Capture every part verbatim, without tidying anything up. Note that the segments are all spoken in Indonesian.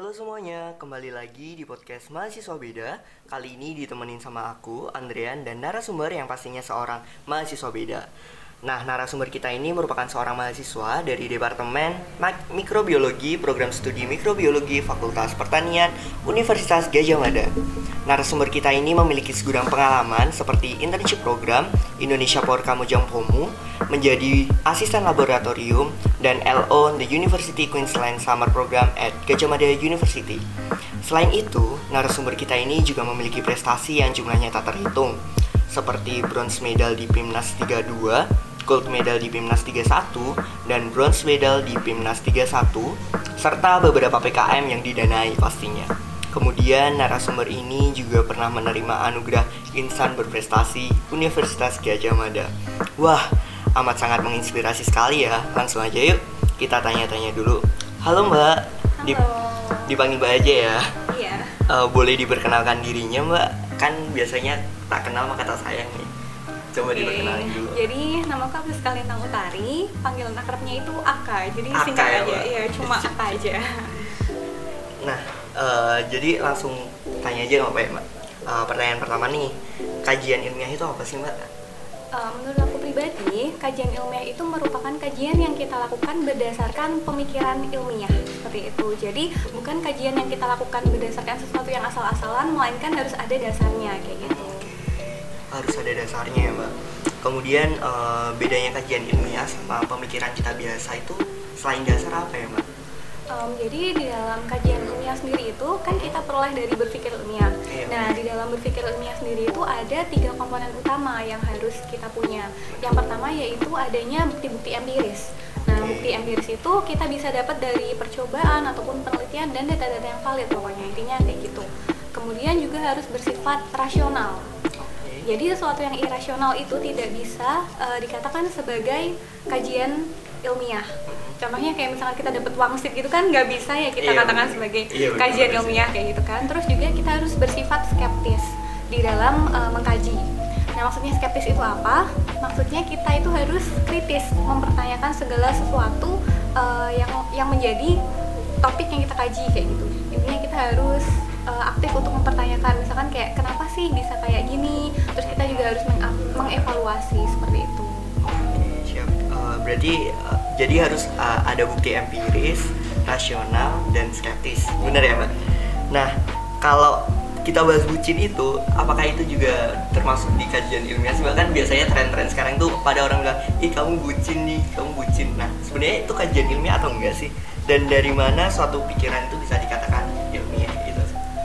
Halo semuanya, kembali lagi di podcast Mahasiswa Beda. Kali ini ditemenin sama aku, Andrean, dan narasumber yang pastinya seorang mahasiswa beda. Nah, narasumber kita ini merupakan seorang mahasiswa dari Departemen Mikrobiologi, Program Studi Mikrobiologi, Fakultas Pertanian, Universitas Gadjah Mada. Narasumber kita ini memiliki segudang pengalaman seperti internship program, Indonesia Power Kamojang Pomu, menjadi asisten laboratorium, dan L O The University Queensland Summer Program at Gadjah Mada University. Selain itu, narasumber kita ini juga memiliki prestasi yang jumlahnya tak terhitung, seperti bronze medal di PIMNAS tiga puluh dua, gold medal di PIMNAS tiga puluh satu, dan bronze medal di PIMNAS tiga puluh satu, serta beberapa P K M yang didanai pastinya. Kemudian narasumber ini juga pernah menerima anugerah Insan Berprestasi Universitas Gadjah Mada. Wah, amat sangat menginspirasi sekali ya. Langsung aja yuk, kita tanya-tanya dulu. Halo Mbak. Halo. Dipanggil Mbak aja ya. Iya. Uh, boleh diperkenalkan dirinya Mbak? Kan biasanya tak kenal maka tak sayang nih. Coba Oke. diperkenalkan dulu. Jadi nama aku Agnes Kalintang Utari, panggilan akrabnya itu Aka. Jadi Aka singkat ya, aja. Mbak? Iya, cuma Aka aja. Nah, uh, jadi langsung tanya aja nggak apa ya Mbak? Uh, pertanyaan pertama nih, kajian ilmiah itu apa sih Mbak? Uh, menurut aku pribadi, kajian ilmiah itu merupakan kajian yang kita lakukan berdasarkan pemikiran ilmiah, seperti itu. Jadi bukan kajian yang kita lakukan berdasarkan sesuatu yang asal-asalan, melainkan harus ada dasarnya kayak gitu. Harus ada dasarnya ya Mbak. Kemudian uh, bedanya kajian ilmiah sama pemikiran kita biasa itu selain dasar apa ya Mbak? Um, jadi di dalam kajian ilmiah sendiri itu kan kita peroleh dari berpikir ilmiah. Iya. Nah, di dalam berpikir ilmiah sendiri itu ada tiga komponen utama yang harus kita punya. Yang pertama yaitu adanya bukti-bukti empiris. Nah, bukti empiris itu kita bisa dapat dari percobaan ataupun penelitian dan data-data yang valid, pokoknya intinya kayak gitu. Kemudian juga harus bersifat rasional. Jadi sesuatu yang irasional itu tidak bisa uh, dikatakan sebagai kajian ilmiah. Contohnya kayak misalkan kita dapat wangsit gitu kan nggak bisa ya kita Iya, katakan bener. sebagai Iya, bener, kajian bener. ilmiah kayak gitu kan. Terus juga kita harus bersifat skeptis di dalam uh, mengkaji. Nah, maksudnya skeptis itu apa? Maksudnya kita itu harus kritis mempertanyakan segala sesuatu uh, yang yang menjadi topik yang kita kaji kayak gitu. Intinya kita harus uh, aktif untuk mempertanyakan, misalkan kayak kenapa sih bisa kayak gini. Terus kita juga harus meng- mengevaluasi seperti itu. Siap. Uh, berarti uh, jadi harus uh, ada bukti empiris, rasional, dan skeptis. Benar ya Mbak? Nah, kalau kita bahas bucin itu, apakah itu juga termasuk di kajian ilmiah? Bahkan biasanya tren-tren sekarang tuh pada orang bilang, ih kamu bucin nih, kamu bucin. Nah, sebenarnya itu kajian ilmiah atau enggak sih? Dan dari mana suatu pikiran itu bisa dikatakan ilmiah gitu?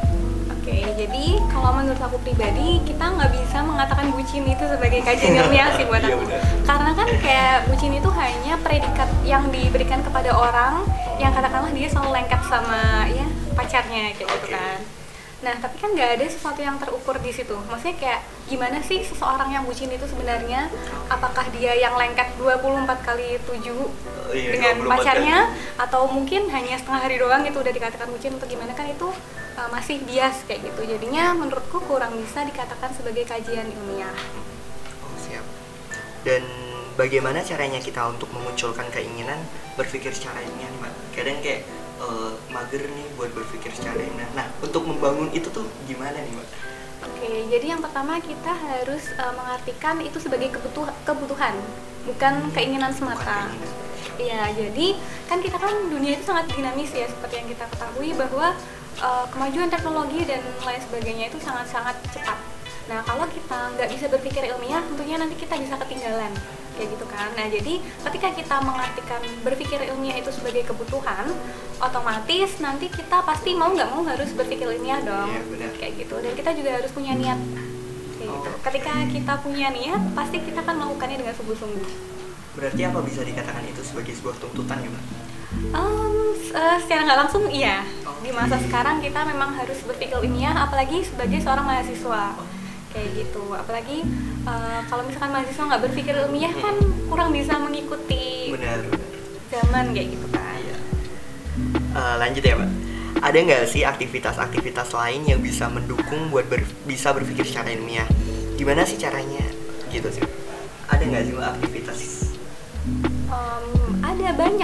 Oke, jadi kalau menurut aku pribadi kita nggak bisa mengatakan bucin itu sebagai kajian ilmiah sih buat Iya, aku. benar. Karena kan kayak bucin itu hanya predikat yang diberikan kepada orang yang katakanlah dia selalu lengket sama ya pacarnya kayak gitu Oke. kan. Nah, tapi kan nggak ada sesuatu yang terukur di situ. Maksudnya kayak gimana sih seseorang yang bucin itu sebenarnya? Apakah dia yang lengket dua puluh empat kali tujuh Oh, iya, dengan dua puluh empat pacarnya atau mungkin hanya setengah hari doang itu udah dikatakan bucin atau gimana kan itu uh, masih bias kayak gitu. Jadinya menurutku kurang bisa dikatakan sebagai kajian ilmiah. Oh, siap. Dan bagaimana caranya kita untuk memunculkan keinginan berpikir secara ilmiah nih Mbak? Kadang kayak uh, mager nih buat berpikir secara ilmiah. Nah, untuk membangun itu tuh gimana nih Mbak? Oke, jadi yang pertama kita harus uh, mengartikan itu sebagai kebutuh- kebutuhan, bukan keinginan semata. Bukan keinginan. Iya, jadi kan kita kan dunia itu sangat dinamis ya, seperti yang kita ketahui bahwa uh, kemajuan teknologi dan lain sebagainya itu sangat-sangat cepat. Nah, kalau kita nggak bisa berpikir ilmiah, tentunya nanti kita bisa ketinggalan, kayak gitu kan. Nah, jadi ketika kita mengartikan berpikir ilmiah itu sebagai kebutuhan, otomatis nanti kita pasti mau nggak mau harus berpikir ilmiah dong, Iya, benar. kayak gitu. Dan kita juga harus punya niat, kayak gitu. Oh. Ketika kita punya niat, pasti kita akan melakukannya dengan sungguh-sungguh. Berarti apa bisa dikatakan itu sebagai sebuah tuntutan ya Mbak? Um, s- uh, secara nggak langsung iya. Di masa Oke. sekarang kita memang harus berpikir ilmiah, apalagi sebagai seorang mahasiswa kayak gitu. Apalagi uh, kalau misalkan mahasiswa nggak berpikir ilmiah kan kurang bisa mengikuti Benar, benar. zaman kayak gitu kan. Iya. Uh, lanjut ya Mbak. Ada nggak sih aktivitas-aktivitas lain yang bisa mendukung buat ber- bisa berpikir secara ilmiah? Gimana sih caranya? Gitu sih. Ada nggak sih Mbak aktivitas? Um, ada banyak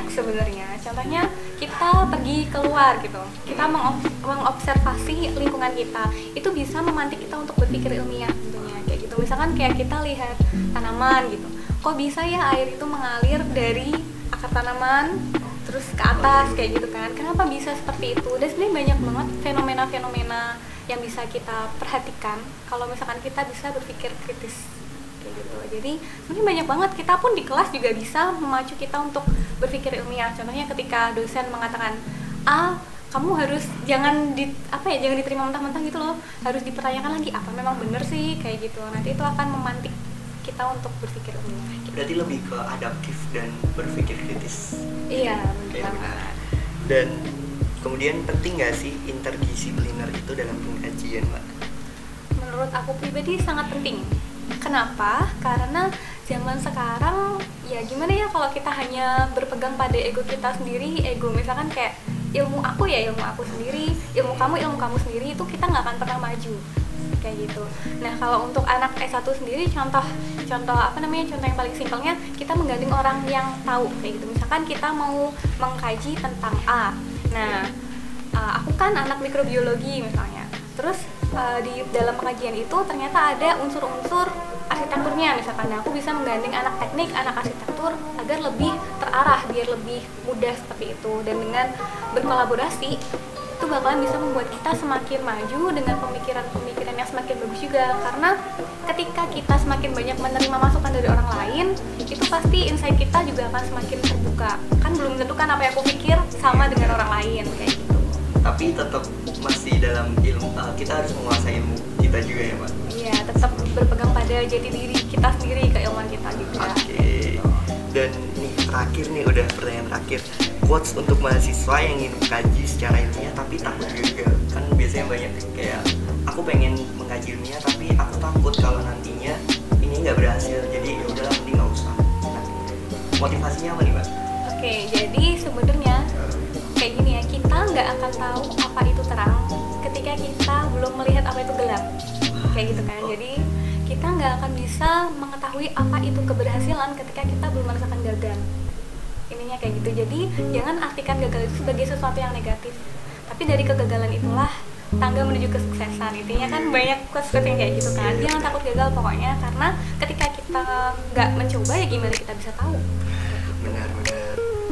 sebenarnya. Contohnya kita pergi keluar gitu, kita mengob- mengobservasi lingkungan kita, itu bisa memantik kita untuk berpikir ilmiah tentunya kayak gitu. Misalkan kayak kita lihat tanaman gitu, kok bisa ya air itu mengalir dari akar tanaman terus ke atas kayak gitu kan, kenapa bisa seperti itu. Dan sebenarnya banyak banget fenomena-fenomena yang bisa kita perhatikan kalau misalkan kita bisa berpikir kritis kayak gitu. Jadi sebenarnya banyak banget, kita pun di kelas juga bisa memacu kita untuk berpikir ilmiah. Contohnya ketika dosen mengatakan A, kamu harus jangan di apa ya jangan diterima mentah-mentah gitu loh, harus dipertanyakan lagi apa memang benar sih kayak gitu. Nanti itu akan memantik kita untuk berpikir ilmiah gitu. Berarti lebih ke adaptif dan berpikir kritis. Iya, Kayak benar. benar. Dan kemudian penting nggak sih interdisipliner itu dalam pengkajian, Mbak? Menurut aku pribadi sangat penting. Kenapa? Karena zaman sekarang ya gimana ya kalau kita hanya berpegang pada ego kita sendiri, ego misalkan kayak ilmu aku ya ilmu aku sendiri, ilmu kamu ilmu kamu sendiri, itu kita nggak akan pernah maju kayak gitu. Nah kalau untuk anak S satu sendiri, contoh contoh apa namanya contoh yang paling simpelnya, kita menggandeng orang yang tahu kayak gitu. Misalkan kita mau mengkaji tentang A, nah uh, aku kan anak mikrobiologi misalnya, terus uh, di dalam pengajian itu ternyata ada unsur-unsur arsitekturnya misalkan. Nah, aku bisa menggandeng anak teknik, anak arsitektur agar lebih terarah, biar lebih mudah seperti itu. Dan dengan berkolaborasi itu bakalan bisa membuat kita semakin maju dengan pemikiran-pemikiran yang semakin bagus juga. Karena ketika kita semakin banyak menerima masukan dari orang lain, itu pasti insight kita juga akan semakin terbuka. Kan belum tentu kan apa yang aku pikir sama dengan orang lain kayak gitu. Tapi tetap masih dalam ilmu, uh, kita harus menguasai ilmu kita juga ya, Pak? Iya, tetap berpegang pada jati diri kita sendiri, keilmuan kita juga. Oke. Okay. Dan nih terakhir nih, udah pertanyaan terakhir, quotes untuk mahasiswa yang ingin mengkaji secara ilmiah tapi takut gagal. Kan biasanya banyak kayak aku pengen mengkaji ilmiah tapi aku takut kalau nantinya ini nggak berhasil, jadi ya udahlah mending nggak usah. Nah, motivasinya apa nih, Mbak? Oke, jadi sebenarnya kayak gini ya, kita nggak akan tahu apa itu terang ketika kita belum melihat apa itu gelap kayak gitu kan. Jadi kita nggak akan bisa mengetahui apa itu keberhasilan ketika kita belum merasakan gagal. Ininya kayak gitu. Jadi jangan artikan gagal itu sebagai sesuatu yang negatif, tapi dari kegagalan itulah tangga menuju kesuksesan. Intinya kan banyak quotes yang kayak gitu kan. Jangan takut gagal pokoknya, karena ketika kita nggak mencoba ya gimana kita bisa tahu. Benar-benar.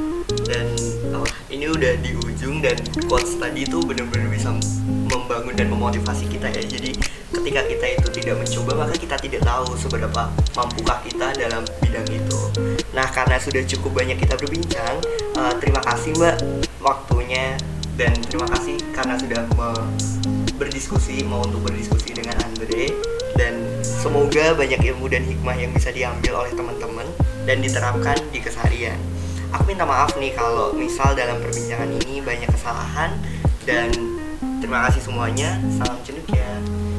Dan oh, ini udah di ujung, dan quotes tadi itu benar-benar bisa membangun dan memotivasi kita ya. Jadi ketika kita itu tidak mencoba, maka kita tidak tahu seberapa mampukah kita dalam bidang itu. Nah, karena sudah cukup banyak kita berbincang, uh, terima kasih Mbak waktunya, dan terima kasih karena sudah me- berdiskusi, mau untuk berdiskusi dengan Andre. Dan semoga banyak ilmu dan hikmah yang bisa diambil oleh teman-teman dan diterapkan di keseharian. Aku minta maaf nih kalau misal dalam perbincangan ini banyak kesalahan, dan terima kasih semuanya. Salam cendekia.